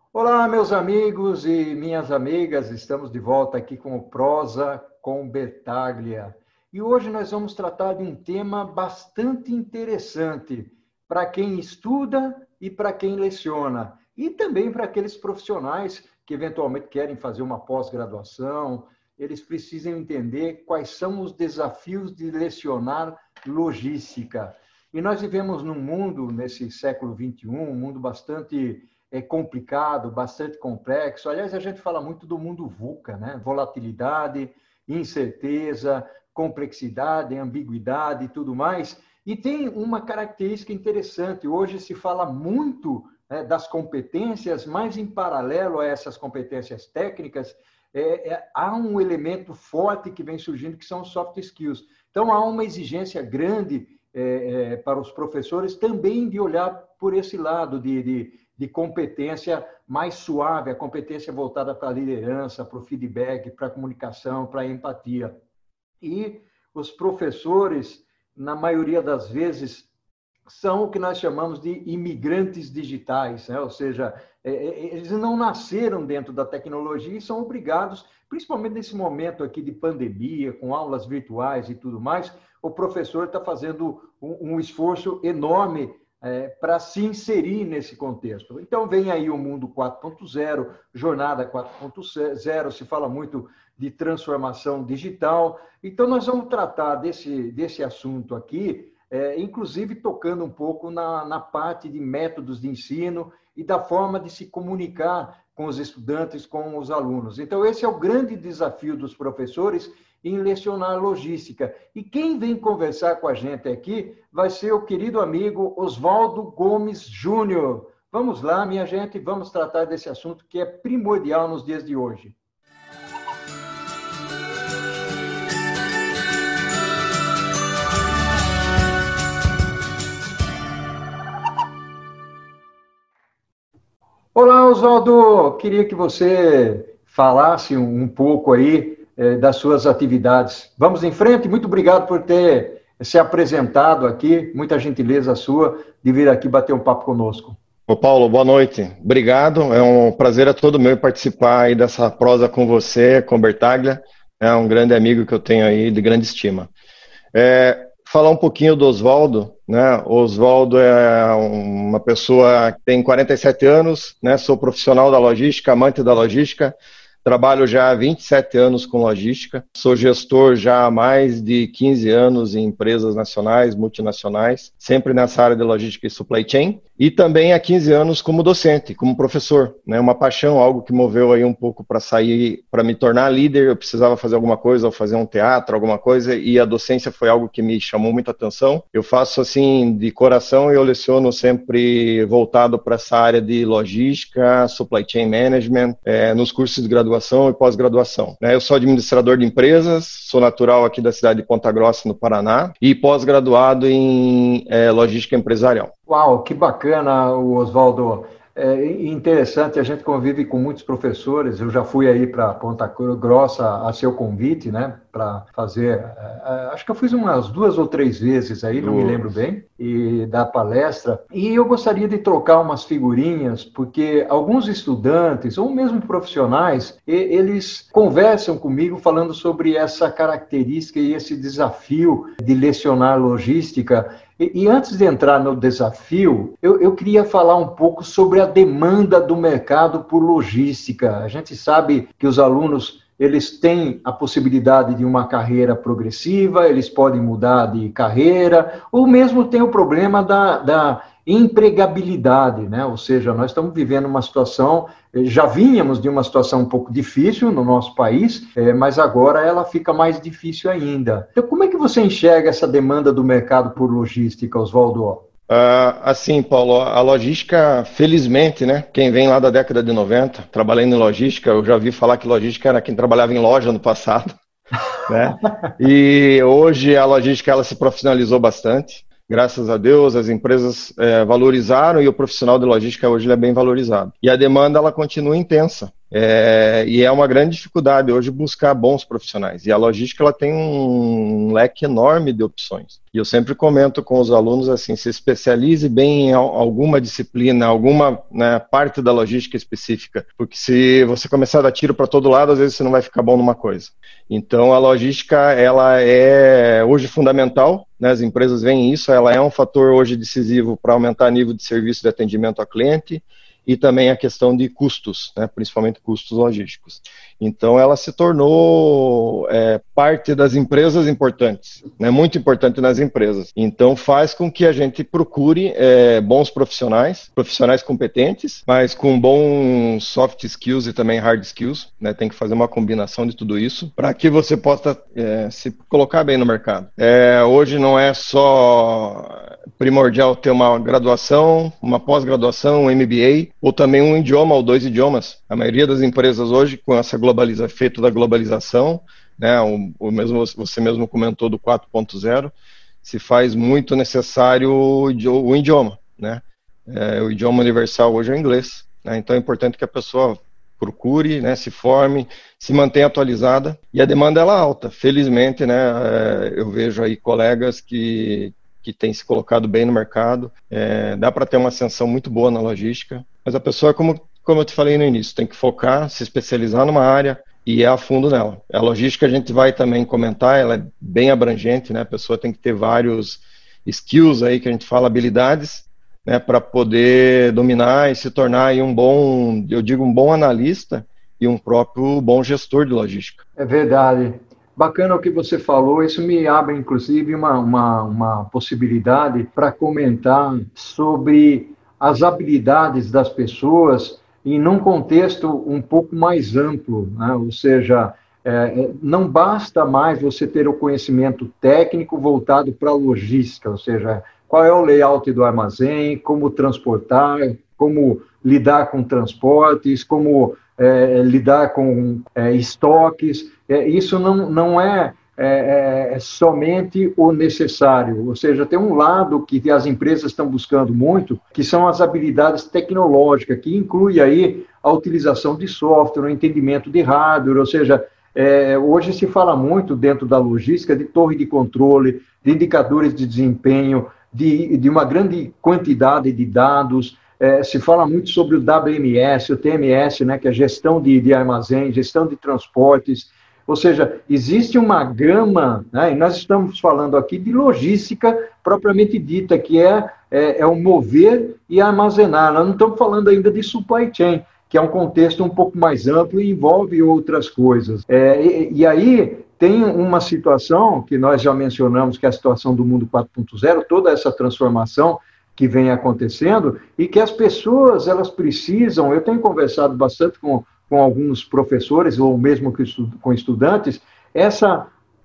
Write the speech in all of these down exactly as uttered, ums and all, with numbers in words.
Olá, meus amigos e minhas amigas, estamos de volta aqui com o Prosa com Bertaglia. E hoje nós vamos tratar de um tema bastante interessante para quem estuda e para quem leciona, e também para aqueles profissionais que eventualmente querem fazer uma pós-graduação. Eles precisam entender quais são os desafios de lecionar logística. E nós vivemos num mundo, nesse século vinte e um, um mundo bastante é complicado, bastante complexo. Aliás, a gente fala muito do mundo VUCA, né? Volatilidade, incerteza, complexidade, ambiguidade e tudo mais. E tem uma característica interessante. Hoje se fala muito, né, das competências, mas em paralelo a essas competências técnicas, é, é, há um elemento forte que vem surgindo, que são os soft skills. Então, há uma exigência grande é, é, para os professores também de olhar por esse lado de, de de competência mais suave, a competência voltada para a liderança, para o feedback, para a comunicação, para a empatia. E os professores, na maioria das vezes, são o que nós chamamos de imigrantes digitais, né? Ou seja, eles não nasceram dentro da tecnologia e são obrigados, principalmente nesse momento aqui de pandemia, com aulas virtuais e tudo mais, o professor está fazendo um, um esforço enorme É, para se inserir nesse contexto. Então, vem aí o mundo quatro ponto zero, jornada quatro ponto zero, se fala muito de transformação digital. Então, nós vamos tratar desse, desse assunto aqui, é, inclusive tocando um pouco na, na parte de métodos de ensino e da forma de se comunicar com os estudantes, com os alunos. Então, esse é o grande desafio dos professores em lecionar logística. E quem vem conversar com a gente aqui vai ser o querido amigo Oswaldo Gomes Júnior. Vamos lá, minha gente, vamos tratar desse assunto que é primordial nos dias de hoje. Olá, Oswaldo, queria que você falasse um pouco aí das suas atividades. Vamos em frente, muito obrigado por ter se apresentado aqui, muita gentileza sua de vir aqui bater um papo conosco. Ô Paulo, boa noite, obrigado, é um prazer a todo meu participar aí dessa prosa com você, com Bertaglia, é um grande amigo que eu tenho aí, de grande estima. É, falar um pouquinho do Oswaldo, né, o Oswaldo é uma pessoa que tem quarenta e sete anos, né, sou profissional da logística, amante da logística. Trabalho já há vinte e sete anos com logística, sou gestor já há mais de quinze anos em empresas nacionais, multinacionais, sempre nessa área de logística e supply chain, e também há quinze anos como docente, como professor, né? Uma paixão, algo que moveu aí um pouco para sair, para me tornar líder, eu precisava fazer alguma coisa, ou fazer um teatro, alguma coisa, e a docência foi algo que me chamou muita atenção. Eu faço assim de coração e eu leciono sempre voltado para essa área de logística, supply chain management, é, nos cursos de graduação e pós-graduação. Eu sou administrador de empresas, sou natural aqui da cidade de Ponta Grossa, no Paraná, e pós-graduado em é, logística empresarial. Uau, que bacana, Oswaldo. É interessante, a gente convive com muitos professores, eu já fui aí para Ponta Grossa a seu convite, né, para fazer, acho que eu fiz umas duas ou três vezes aí, não me lembro bem, e dar palestra, e eu gostaria de trocar umas figurinhas, porque alguns estudantes, ou mesmo profissionais, eles conversam comigo falando sobre essa característica e esse desafio de lecionar logística. E, e antes de entrar no desafio, eu, eu queria falar um pouco sobre a demanda do mercado por logística. A gente sabe que os alunos, eles têm a possibilidade de uma carreira progressiva, eles podem mudar de carreira, ou mesmo tem o problema da, da empregabilidade, né? Ou seja, nós estamos vivendo uma situação, já vínhamos de uma situação um pouco difícil no nosso país, mas agora ela fica mais difícil ainda. Então, como é que você enxerga essa demanda do mercado por logística, Oswaldo? Uh, assim, Paulo, a logística, felizmente, né, quem vem lá da década de noventa, trabalhando em logística, eu já ouvi falar que logística era quem trabalhava em loja no passado, né, e hoje a logística ela se profissionalizou bastante, graças a Deus, as empresas é, valorizaram e o profissional de logística hoje ele é bem valorizado. E a demanda ela continua intensa. É, e é uma grande dificuldade hoje buscar bons profissionais. E a logística ela tem um leque enorme de opções. E eu sempre comento com os alunos assim, se especialize bem em alguma disciplina, alguma, né, parte da logística específica, porque se você começar a dar tiro para todo lado, às vezes você não vai ficar bom numa coisa. Então a logística ela é hoje fundamental, né, as empresas veem isso, ela é um fator hoje decisivo para aumentar o nível de serviço de atendimento ao cliente, e também a questão de custos, né, principalmente custos logísticos. Então, ela se tornou é, parte das empresas importantes, né, muito importante nas empresas. Então, faz com que a gente procure é, bons profissionais, profissionais competentes, mas com bons soft skills e também hard skills, né, tem que fazer uma combinação de tudo isso, para que você possa é, se colocar bem no mercado. É, hoje não é só primordial ter uma graduação, uma pós-graduação, um M B A, ou também um idioma ou dois idiomas. A maioria das empresas hoje, com essa globalização, efeito da globalização, né, o, o mesmo, você mesmo comentou do quatro ponto zero, se faz muito necessário o, o idioma, né? É, o idioma universal hoje é o inglês, né? Então é importante que a pessoa procure, né, se forme, se mantenha atualizada, e a demanda ela é alta. Felizmente, né, é, eu vejo aí colegas que que tem se colocado bem no mercado, é, dá para ter uma ascensão muito boa na logística, mas a pessoa, como, como eu te falei no início, tem que focar, se especializar numa área e ir a fundo nela. A logística a gente vai também comentar, ela é bem abrangente, né? A pessoa tem que ter vários skills aí, que a gente fala, habilidades, né, para poder dominar e se tornar aí um bom, eu digo, um bom analista e um próprio bom gestor de logística. É verdade. Bacana o que você falou, isso me abre, inclusive, uma, uma, uma possibilidade para comentar sobre as habilidades das pessoas em um contexto um pouco mais amplo, né? Ou seja, é, não basta mais você ter o conhecimento técnico voltado para a logística, ou seja, qual é o layout do armazém, como transportar, como lidar com transportes, como é, lidar com é, estoques. É, isso não, não é, é, é somente o necessário, ou seja, tem um lado que as empresas estão buscando muito, que são as habilidades tecnológicas, que inclui aí a utilização de software, o entendimento de hardware, ou seja, é, hoje se fala muito dentro da logística de torre de controle, de indicadores de desempenho, de, de uma grande quantidade de dados. É, se fala muito sobre o W M S, o T M S, né, que é gestão de, de armazém, gestão de transportes, ou seja, existe uma gama, né, e nós estamos falando aqui de logística propriamente dita, que é, é, é o mover e armazenar. Nós não estamos falando ainda de supply chain, que é um contexto um pouco mais amplo e envolve outras coisas. É, e, e aí tem uma situação que nós já mencionamos, que é a situação do mundo quatro ponto zero, toda essa transformação que vem acontecendo, e que as pessoas, elas precisam, eu tenho conversado bastante com, com alguns professores, ou mesmo com estudantes, essa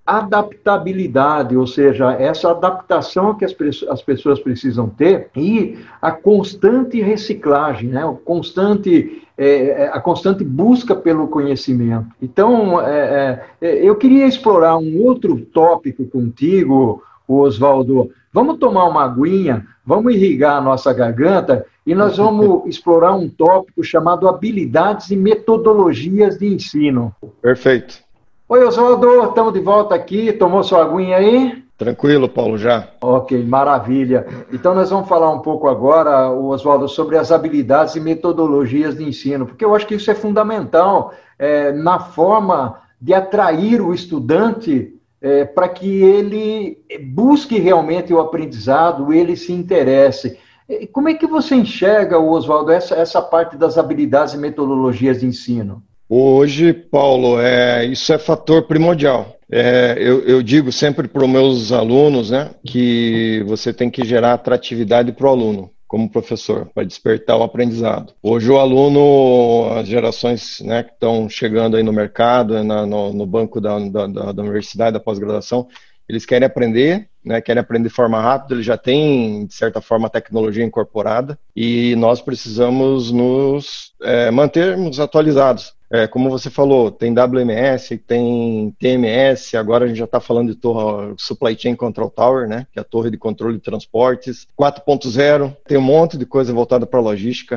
adaptabilidade, ou seja, essa adaptação que as, as pessoas precisam ter, e a constante reciclagem, né? o constante, é, a constante busca pelo conhecimento. Então, é, é, eu queria explorar um outro tópico contigo, Oswaldo. Vamos tomar uma aguinha, vamos irrigar a nossa garganta e nós vamos explorar um tópico chamado habilidades e metodologias de ensino. Perfeito. Oi, Oswaldo, estamos de volta aqui. Tomou sua aguinha aí? Tranquilo, Paulo, já. Ok, maravilha. Então, nós vamos falar um pouco agora, Oswaldo, sobre as habilidades e metodologias de ensino, porque eu acho que isso é fundamental é, na forma de atrair o estudante É, para que ele busque realmente o aprendizado, ele se interesse. Como é que você enxerga, Oswaldo, essa, essa parte das habilidades e metodologias de ensino? Hoje, Paulo, é, isso é fator primordial. É, eu, eu digo sempre para os meus alunos, né, que você tem que gerar atratividade para o aluno, como professor, para despertar o aprendizado. Hoje o aluno, as gerações, né, que estão chegando aí no mercado, na, no, no banco da, da, da universidade, da pós-graduação, eles querem aprender, né, querem aprender de forma rápida, eles já têm, de certa forma, a tecnologia incorporada e nós precisamos nos é, mantermos atualizados. É, como você falou, tem W M S, tem T M S, agora a gente já está falando de torre, Supply Chain Control Tower, né, que é a torre de controle de transportes. quatro ponto zero, tem um monte de coisa voltada para logística.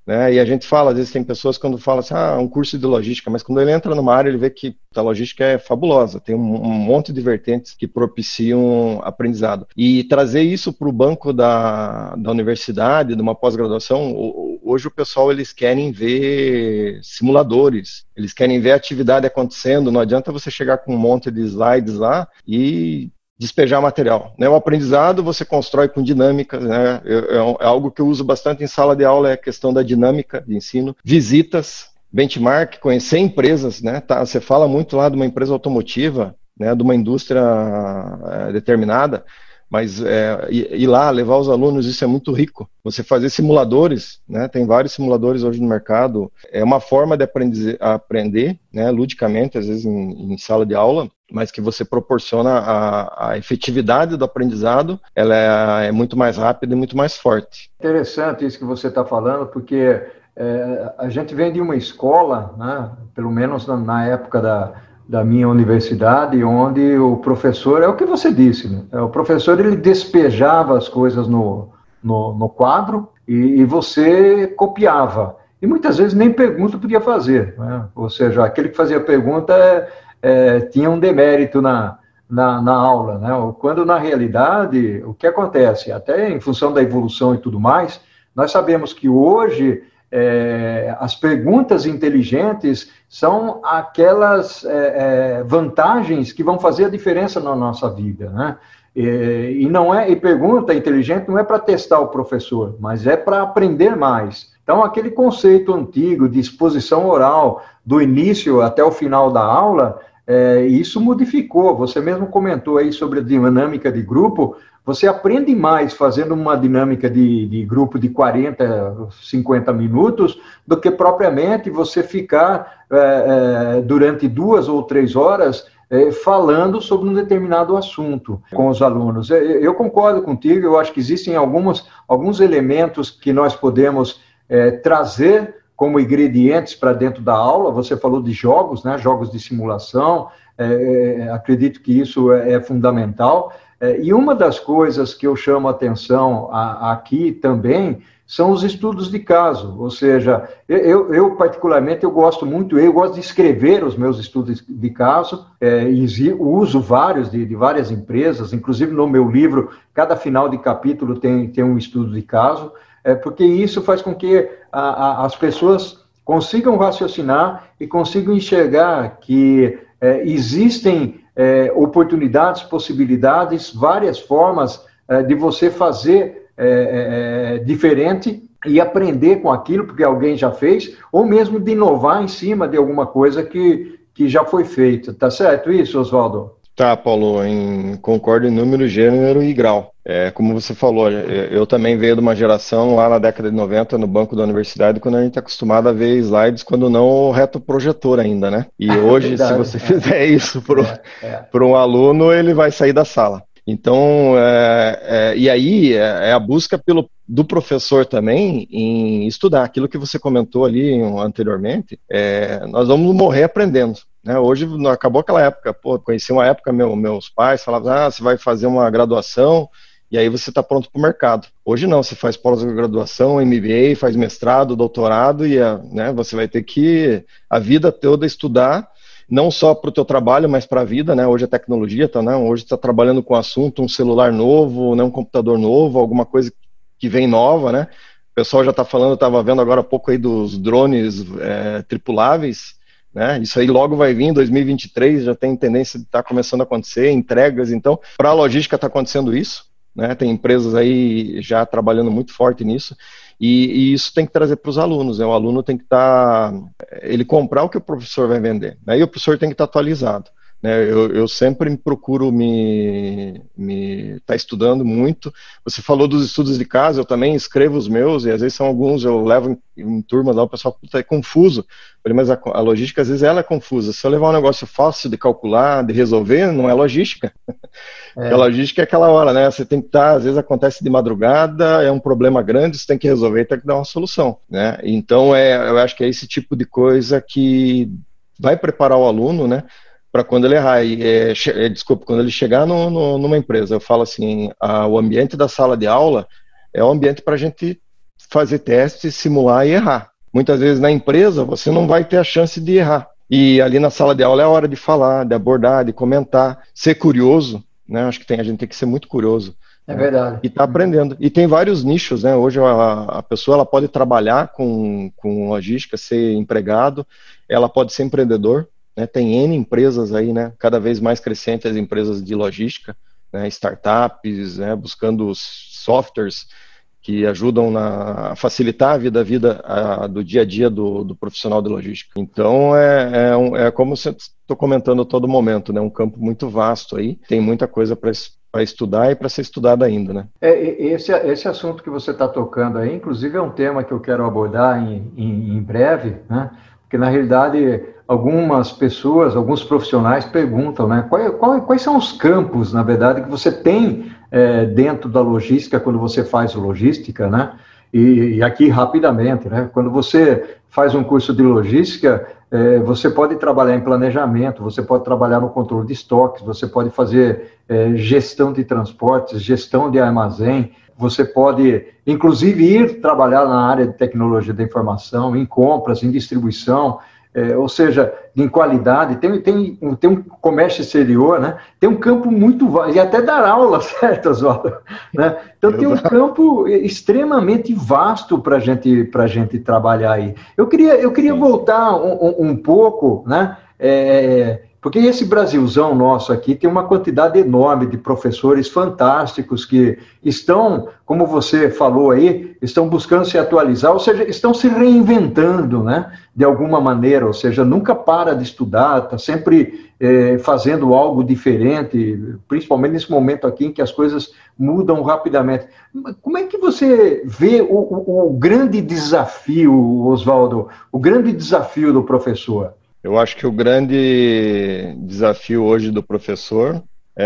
né? E a gente fala, às vezes tem pessoas quando falam assim, ah, um curso de logística, mas quando ele entra numa área, ele vê que a logística é fabulosa, tem um, um monte de vertentes que propiciam aprendizado. E trazer isso para o banco da, da universidade, de uma pós-graduação, hoje o pessoal, eles querem ver simuladores, eles querem ver a atividade acontecendo, não adianta você chegar com um monte de slides lá e despejar material, né? O aprendizado você constrói com dinâmicas, né? É, é algo que eu uso bastante em sala de aula, é a questão da dinâmica de ensino, visitas, benchmark, conhecer empresas, né? Tá, você fala muito lá de uma empresa automotiva, né? De uma indústria é, determinada, mas é, ir lá, levar os alunos, isso é muito rico. Você fazer simuladores, né? Tem vários simuladores hoje no mercado, é uma forma de aprender, aprender, né? Ludicamente, às vezes em, em sala de aula, mas que você proporciona a, a efetividade do aprendizado, ela é, é muito mais rápida e muito mais forte. Interessante isso que você está falando, porque é, a gente vem de uma escola, né? Pelo menos na, na época da da minha universidade, onde o professor, é o que você disse, né? O professor, ele despejava as coisas no, no, no quadro e, e você copiava. E muitas vezes nem pergunta podia fazer, né? Ou seja, aquele que fazia pergunta é, é, tinha um demérito na, na, na aula, né? Quando, na realidade, o que acontece? Até em função da evolução e tudo mais, nós sabemos que hoje É, as perguntas inteligentes são aquelas é, é, vantagens que vão fazer a diferença na nossa vida, né? E, e não é, e pergunta inteligente não é para testar o professor, mas é para aprender mais. Então, aquele conceito antigo de exposição oral, do início até o final da aula, é, isso modificou. Você mesmo comentou aí sobre a dinâmica de grupo. Você aprende mais fazendo uma dinâmica de, de grupo de quarenta, cinquenta minutos do que propriamente você ficar é, é, durante duas ou três horas é, falando sobre um determinado assunto com os alunos. Eu, eu concordo contigo, eu acho que existem alguns, alguns elementos que nós podemos é, trazer como ingredientes para dentro da aula. Você falou de jogos, né? Jogos de simulação, é, acredito que isso é, é fundamental. É, e uma das coisas que eu chamo a atenção a, aqui também são os estudos de caso, ou seja, eu, eu particularmente eu gosto muito, eu gosto de escrever os meus estudos de caso, é, e uso vários de, de várias empresas, inclusive no meu livro, cada final de capítulo tem, tem um estudo de caso, é, porque isso faz com que a, a, as pessoas consigam raciocinar e consigam enxergar que é, existem É, oportunidades, possibilidades, várias formas é, de você fazer é, é, diferente e aprender com aquilo, porque alguém já fez, ou mesmo de inovar em cima de alguma coisa que, que já foi feita. Tá certo isso, Oswaldo? Tá, Paulo, em, concordo em número, gênero e grau. É, como você falou, eu também veio de uma geração lá na década de noventa, no banco da universidade, quando a gente é acostumado a ver slides, quando não o reto projetor ainda, né? E hoje, verdade, se você é. fizer isso para é, é. um aluno, ele vai sair da sala. Então, é, é, e aí é, é a busca pelo, do professor também em estudar. Aquilo que você comentou ali anteriormente, é, nós vamos morrer aprendendo. Né? Hoje, acabou aquela época, pô, conheci uma época, meu, meus pais falavam, ah, você vai fazer uma graduação e aí você está pronto para o mercado. Hoje não, você faz pós-graduação, M B A, faz mestrado, doutorado e né, você vai ter que a vida toda estudar, não só para o teu trabalho, mas para a vida, né? Hoje a tecnologia, tá, né? Hoje está trabalhando com um assunto, um celular novo, né? Um computador novo, alguma coisa que vem nova, né? O pessoal já está falando, estava vendo agora há pouco aí dos drones é, tripuláveis, né? Isso aí logo vai vir em dois mil e vinte e três, já tem tendência de estar tá começando a acontecer, entregas, então, para a logística está acontecendo isso, né? Tem empresas aí já trabalhando muito forte nisso. E, e isso tem que trazer para os alunos, né? O aluno tem que estar, tá, ele comprar o que o professor vai vender, né? E o professor tem que estar tá atualizado, né? Eu, eu sempre me procuro me me tá estudando muito. Você falou dos estudos de caso, eu também escrevo os meus e às vezes são alguns eu levo em, em turma lá, o pessoal está confuso. Eu falei, mas a, a logística às vezes ela é confusa. Se eu levar um negócio fácil de calcular, de resolver, não é logística. É. A logística é aquela hora, né? Você tem que estar, às vezes acontece de madrugada, é um problema grande, você tem que resolver e tem que dar uma solução, né? Então, é, eu acho que é esse tipo de coisa que vai preparar o aluno, né? Para quando ele errar. E, é, é, desculpa, quando ele chegar no, no, numa empresa, eu falo assim, a, o ambiente da sala de aula é um ambiente para a gente fazer testes, simular e errar. Muitas vezes na empresa você não vai ter a chance de errar. E ali na sala de aula é a hora de falar, de abordar, de comentar, ser curioso, né? Acho que tem, a gente tem que ser muito curioso. É verdade. E está aprendendo. E tem vários nichos, né? Hoje a, a pessoa ela pode trabalhar com, com logística, ser empregado, ela pode ser empreendedor, né? Tem N empresas aí, né? Cada vez mais crescentes as empresas de logística, né? Startups, né? Buscando softwares que ajudam na, a facilitar a vida, a vida a, do dia a dia do, do profissional de logística. Então, é, é, um, é como estou comentando a todo momento, né? Um campo muito vasto aí, tem muita coisa para para estudar e para ser estudado ainda, né? É, esse, esse assunto que você está tocando aí, inclusive, é um tema que eu quero abordar em, em, em breve, né? Porque, na realidade, algumas pessoas, alguns profissionais perguntam, né? Qual, qual, quais são os campos, na verdade, que você tem é, dentro da logística quando você faz logística, né? E, e aqui, rapidamente, né? Quando você faz um curso de logística, é, você pode trabalhar em planejamento, você pode trabalhar no controle de estoques, você pode fazer é, gestão de transportes, gestão de armazém, você pode, inclusive, ir trabalhar na área de tecnologia da informação, em compras, em distribuição, é, ou seja, em qualidade, tem, tem, tem um comércio exterior, né? Tem um campo muito vasto, e até dar aula, certo, Oswaldo? Né? Então tem um campo extremamente vasto para gente, a gente trabalhar aí. Eu queria, eu queria voltar um, um, um pouco, né? É, porque esse Brasilzão nosso aqui tem uma quantidade enorme de professores fantásticos que estão, como você falou aí, estão buscando se atualizar, ou seja, estão se reinventando, né, de alguma maneira, ou seja, nunca para de estudar, está sempre é, fazendo algo diferente, principalmente nesse momento aqui em que as coisas mudam rapidamente. Como é que você vê o, o, o grande desafio, Oswaldo, o grande desafio do professor? Eu acho que o grande desafio hoje do professor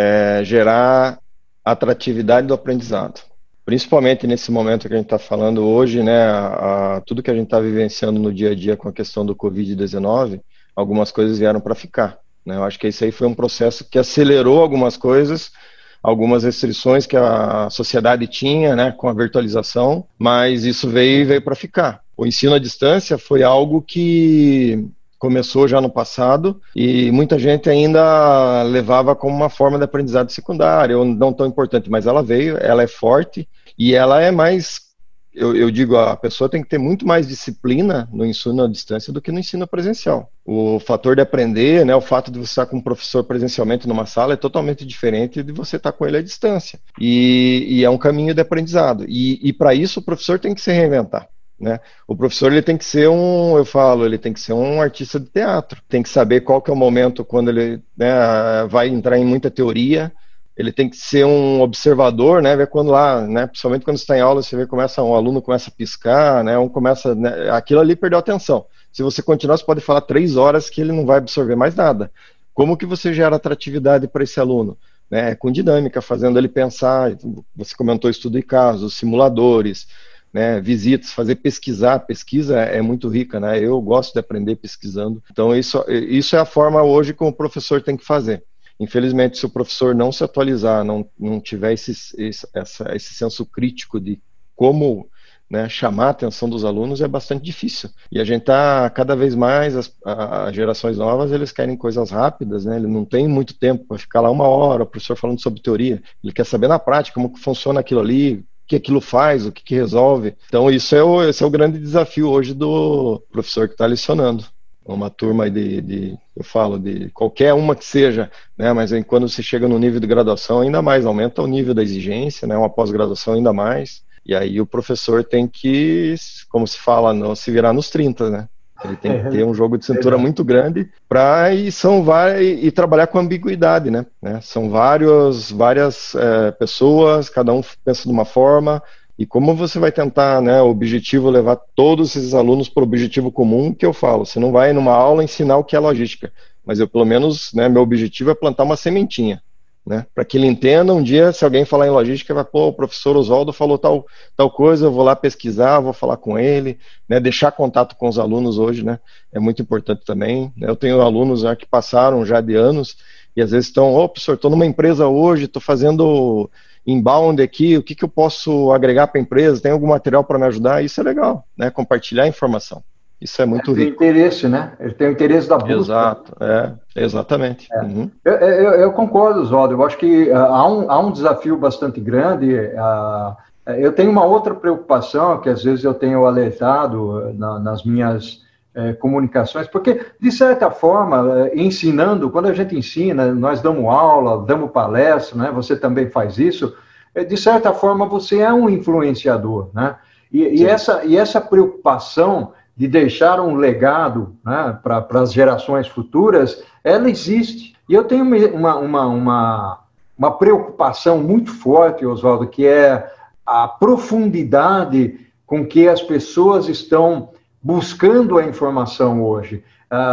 é gerar atratividade do aprendizado. Principalmente nesse momento que a gente está falando hoje, né, a, a, tudo que a gente está vivenciando no dia a dia com a questão do covid dezenove, algumas coisas vieram para ficar. Né? Eu acho que isso aí foi um processo que acelerou algumas coisas, algumas restrições que a sociedade tinha, né, com a virtualização, mas isso veio, veio para ficar. O ensino à distância foi algo que começou já no passado e muita gente ainda levava como uma forma de aprendizado secundário, ou não tão importante, mas ela veio, ela é forte e ela é mais, eu, eu digo, a pessoa tem que ter muito mais disciplina no ensino à distância do que no ensino presencial. O fator de aprender, né, o fato de você estar com um professor presencialmente numa sala é totalmente diferente de você estar com ele à distância. E, e é um caminho de aprendizado. E, e para isso o professor tem que se reinventar. Né? O professor ele tem que ser um, eu falo, ele tem que ser um artista de teatro, tem que saber qual que é o momento quando ele, né, vai entrar em muita teoria, ele tem que ser um observador, né, ver quando lá, né, principalmente quando está em aula, você vê começa um aluno começa a piscar, né, um começa, né, aquilo ali perdeu a atenção. Se você continuar, você pode falar três horas que ele não vai absorver mais nada. Como que você gera atratividade para esse aluno? Né, com dinâmica, fazendo ele pensar. Você comentou estudo de casos, simuladores, né, visitas, fazer pesquisar, pesquisa é muito rica, né, eu gosto de aprender pesquisando, então isso, isso é a forma hoje que o professor tem que fazer. Infelizmente, se o professor não se atualizar, não, não tiver esse, esse, essa, esse senso crítico de como, né, chamar a atenção dos alunos, é bastante difícil. E a gente está cada vez mais, as, as gerações novas, eles querem coisas rápidas, né, ele não tem muito tempo para ficar lá uma hora, o professor falando sobre teoria, ele quer saber na prática como que funciona aquilo ali, o que aquilo faz, o que, que resolve. Então, isso é o, esse é o grande desafio hoje do professor que está lecionando. Uma turma de, de, eu falo, de qualquer uma que seja, né, mas aí, quando você chega no nível de graduação, ainda mais, aumenta o nível da exigência, né, uma pós-graduação ainda mais, e aí o professor tem que, como se fala, não se virar nos trinta, né? Ele tem que ter um jogo de cintura muito grande para e são e, e trabalhar com ambiguidade, né? né? São vários, várias é, pessoas, cada um pensa de uma forma, e como você vai tentar, né, o objetivo levar todos esses alunos para o objetivo comum, que eu falo, você não vai numa aula ensinar o que é logística, mas eu pelo menos, né, meu objetivo é plantar uma sementinha. Né, para que ele entenda, um dia, se alguém falar em logística, vai, pô, o professor Oswaldo falou tal, tal coisa, eu vou lá pesquisar, vou falar com ele, né, deixar contato com os alunos hoje, né, é muito importante também. Eu tenho alunos já que passaram já de anos, e às vezes estão, ô, professor, estou numa empresa hoje, estou fazendo inbound aqui, o que, que eu posso agregar para a empresa, tem algum material para me ajudar? Isso é legal, né? Compartilhar informação. Isso é muito Ele rico. tem interesse, né? Ele tem o interesse da busca. Exato, é, exatamente. É. Uhum. Eu, eu, eu concordo, Oswaldo. Eu acho que uh, há, um, há um desafio bastante grande. Uh, eu tenho uma outra preocupação que às vezes eu tenho alertado na, nas minhas uh, comunicações, porque, de certa forma, uh, ensinando, quando a gente ensina, nós damos aula, damos palestra, né? Você também faz isso, uh, de certa forma você é um influenciador, né? E, e, essa, e essa preocupação de deixar um legado, né, para as gerações futuras, ela existe. E eu tenho uma, uma, uma, uma preocupação muito forte, Oswaldo, que é a profundidade com que as pessoas estão buscando a informação hoje.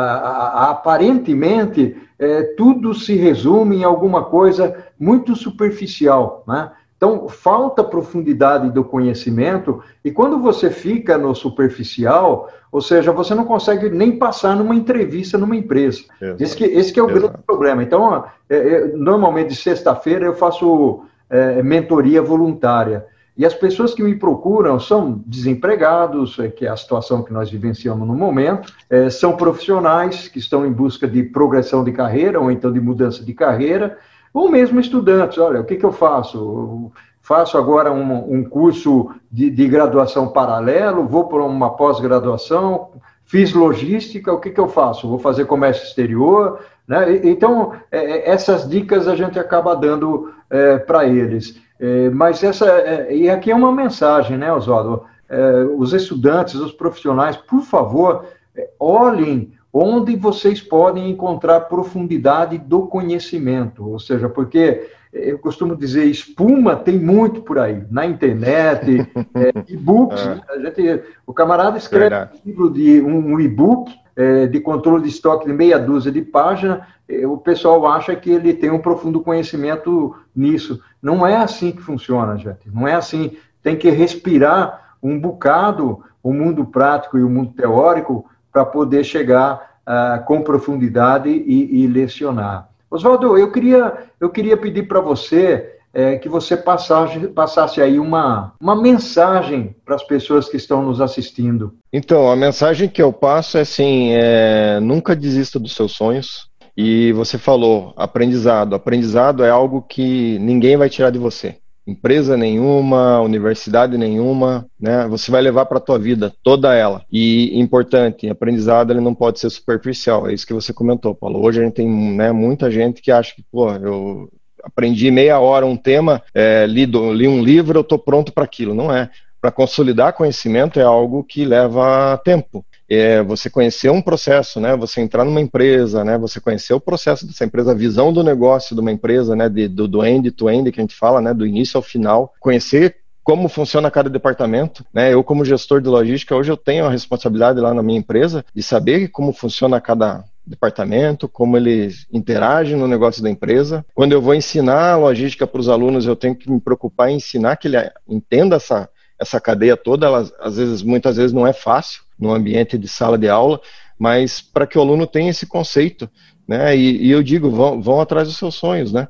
Ah, aparentemente, é, tudo se resume em alguma coisa muito superficial, né? Então, falta profundidade do conhecimento, e quando você fica no superficial, ou seja, você não consegue nem passar numa entrevista numa empresa. Esse que, esse que é o Exato. grande problema. Então, é, é, normalmente, de sexta-feira, eu faço é, mentoria voluntária. E as pessoas que me procuram são desempregados, é, que é a situação que nós vivenciamos no momento, é, são profissionais que estão em busca de progressão de carreira, ou então de mudança de carreira, ou mesmo estudantes. Olha, o que, que eu faço? Eu faço agora um, um curso de, de graduação paralelo, vou para uma pós-graduação, fiz logística, o que, que eu faço? Vou fazer comércio exterior, né? Então, é, essas dicas a gente acaba dando é, para eles. É, mas essa, é, e aqui é uma mensagem, né, Oswaldo? É, os estudantes, os profissionais, por favor, é, olhem onde vocês podem encontrar profundidade do conhecimento, ou seja, porque eu costumo dizer, espuma tem muito por aí, na internet, é, e-books, é. Né? A gente, o camarada escreve Verdade. um livro de um, um e-book é, de controle de estoque de meia dúzia de páginas, é, o pessoal acha que ele tem um profundo conhecimento nisso. Não é assim que funciona, gente, não é assim, tem que respirar um bocado o mundo prático e o mundo teórico para poder chegar uh, com profundidade e, e lecionar. Oswaldo, eu queria, eu queria pedir para você é, que você passasse, passasse aí uma, uma mensagem para as pessoas que estão nos assistindo. Então, a mensagem que eu passo é assim, é, nunca desista dos seus sonhos. E você falou, aprendizado. Aprendizado é algo que ninguém vai tirar de você. Empresa nenhuma, universidade nenhuma, né? Você vai levar para a tua vida, toda ela. E, importante, aprendizado ele não pode ser superficial, é isso que você comentou, Paulo. Hoje a gente tem, né, muita gente que acha que, pô, eu aprendi meia hora um tema, é, li, do, li um livro, eu estou pronto para aquilo. Não é. Para consolidar conhecimento é algo que leva tempo. É você conhecer um processo, né? Você entrar numa empresa, né? Você conhecer o processo dessa empresa, a visão do negócio de uma empresa, né? De, do, do end-to-end que a gente fala, né? Do início ao final. Conhecer como funciona cada departamento, né? Eu, como gestor de logística, hoje eu tenho a responsabilidade lá na minha empresa de saber como funciona cada departamento, como eles interagem no negócio da empresa. Quando eu vou ensinar a logística para os alunos, eu tenho que me preocupar em ensinar que ele entenda essa, essa cadeia toda. Ela, às vezes, muitas vezes não é fácil no ambiente de sala de aula, mas para que o aluno tenha esse conceito, né? E, e eu digo, vão, vão atrás dos seus sonhos, né?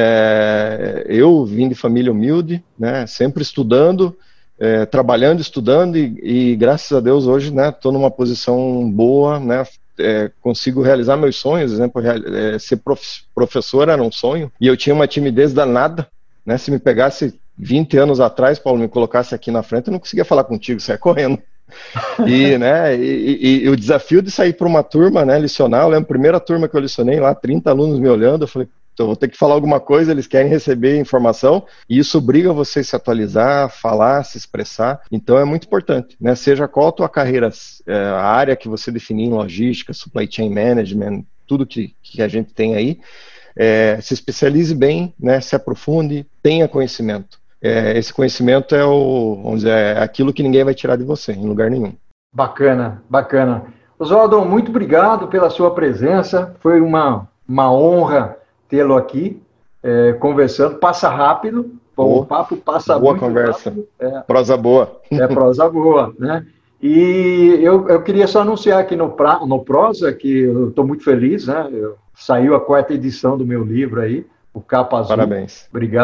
É, eu vim de família humilde, né? Sempre estudando, é, trabalhando, estudando e, e graças a Deus hoje, né? Estou numa posição boa, né? É, consigo realizar meus sonhos, exemplo, é, ser prof, professor era um sonho e eu tinha uma timidez danada, né? Se me pegasse vinte anos atrás, Paulo, me colocasse aqui na frente, eu não conseguia falar contigo, saia correndo. E, né, e, e, e o desafio de sair para uma turma, né, licionar, eu lembro a primeira turma que eu licionei lá, trinta alunos me olhando, eu falei, então, vou ter que falar alguma coisa, eles querem receber informação, e isso obriga você a se atualizar, falar, se expressar, então é muito importante, né, seja qual a tua carreira, a área que você definir em logística, supply chain management, tudo que, que a gente tem aí, é, se especialize bem, né, se aprofunde, tenha conhecimento. É, esse conhecimento é, o, vamos dizer, é aquilo que ninguém vai tirar de você, em lugar nenhum. Bacana, bacana. Oswaldo, muito obrigado pela sua presença, foi uma, uma honra tê-lo aqui, é, conversando, passa rápido, boa, o papo passa boa muito conversa. rápido. É, prosa boa. É prosa boa, né? E eu, eu queria só anunciar aqui no, pra, no Prosa, que eu estou muito feliz, né? Eu, saiu a quarta edição do meu livro aí, o Capa Azul. Parabéns. Obrigado.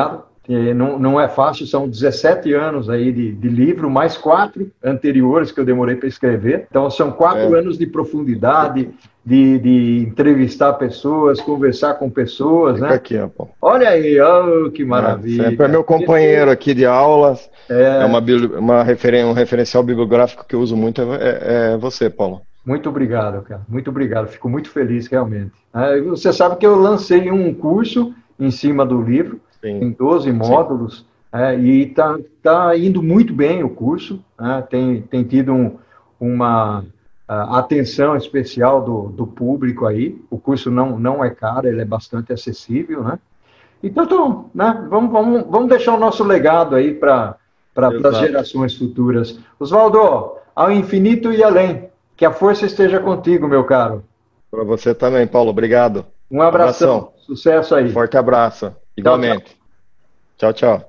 Não, não é fácil, são dezessete anos aí de, de livro, mais quatro anteriores que eu demorei para escrever. Então, são quatro é. anos de profundidade, de, de entrevistar pessoas, conversar com pessoas. Fica né? aqui, ó, pô. Olha aí, oh, que maravilha. É, sempre é meu companheiro aqui de aulas, é, é uma, uma referen um referencial bibliográfico que eu uso muito, é, é você, Paulo. Muito obrigado, cara. Muito obrigado. Fico muito feliz, realmente. É, você sabe que eu lancei um curso em cima do livro, Sim. em doze módulos, é, e está tá indo muito bem o curso, é, tem, tem tido um, uma uh, atenção especial do, do público aí. O curso não, não é caro, ele é bastante acessível, né? Então, então né, vamos, vamos, vamos deixar o nosso legado aí para pra, as gerações futuras. Oswaldo, ao infinito e além, que a força esteja contigo, meu caro. Para você também, Paulo, obrigado. Um abração, abração. Sucesso aí. Forte abraço. Igualmente. Tchau, tchau. tchau, tchau.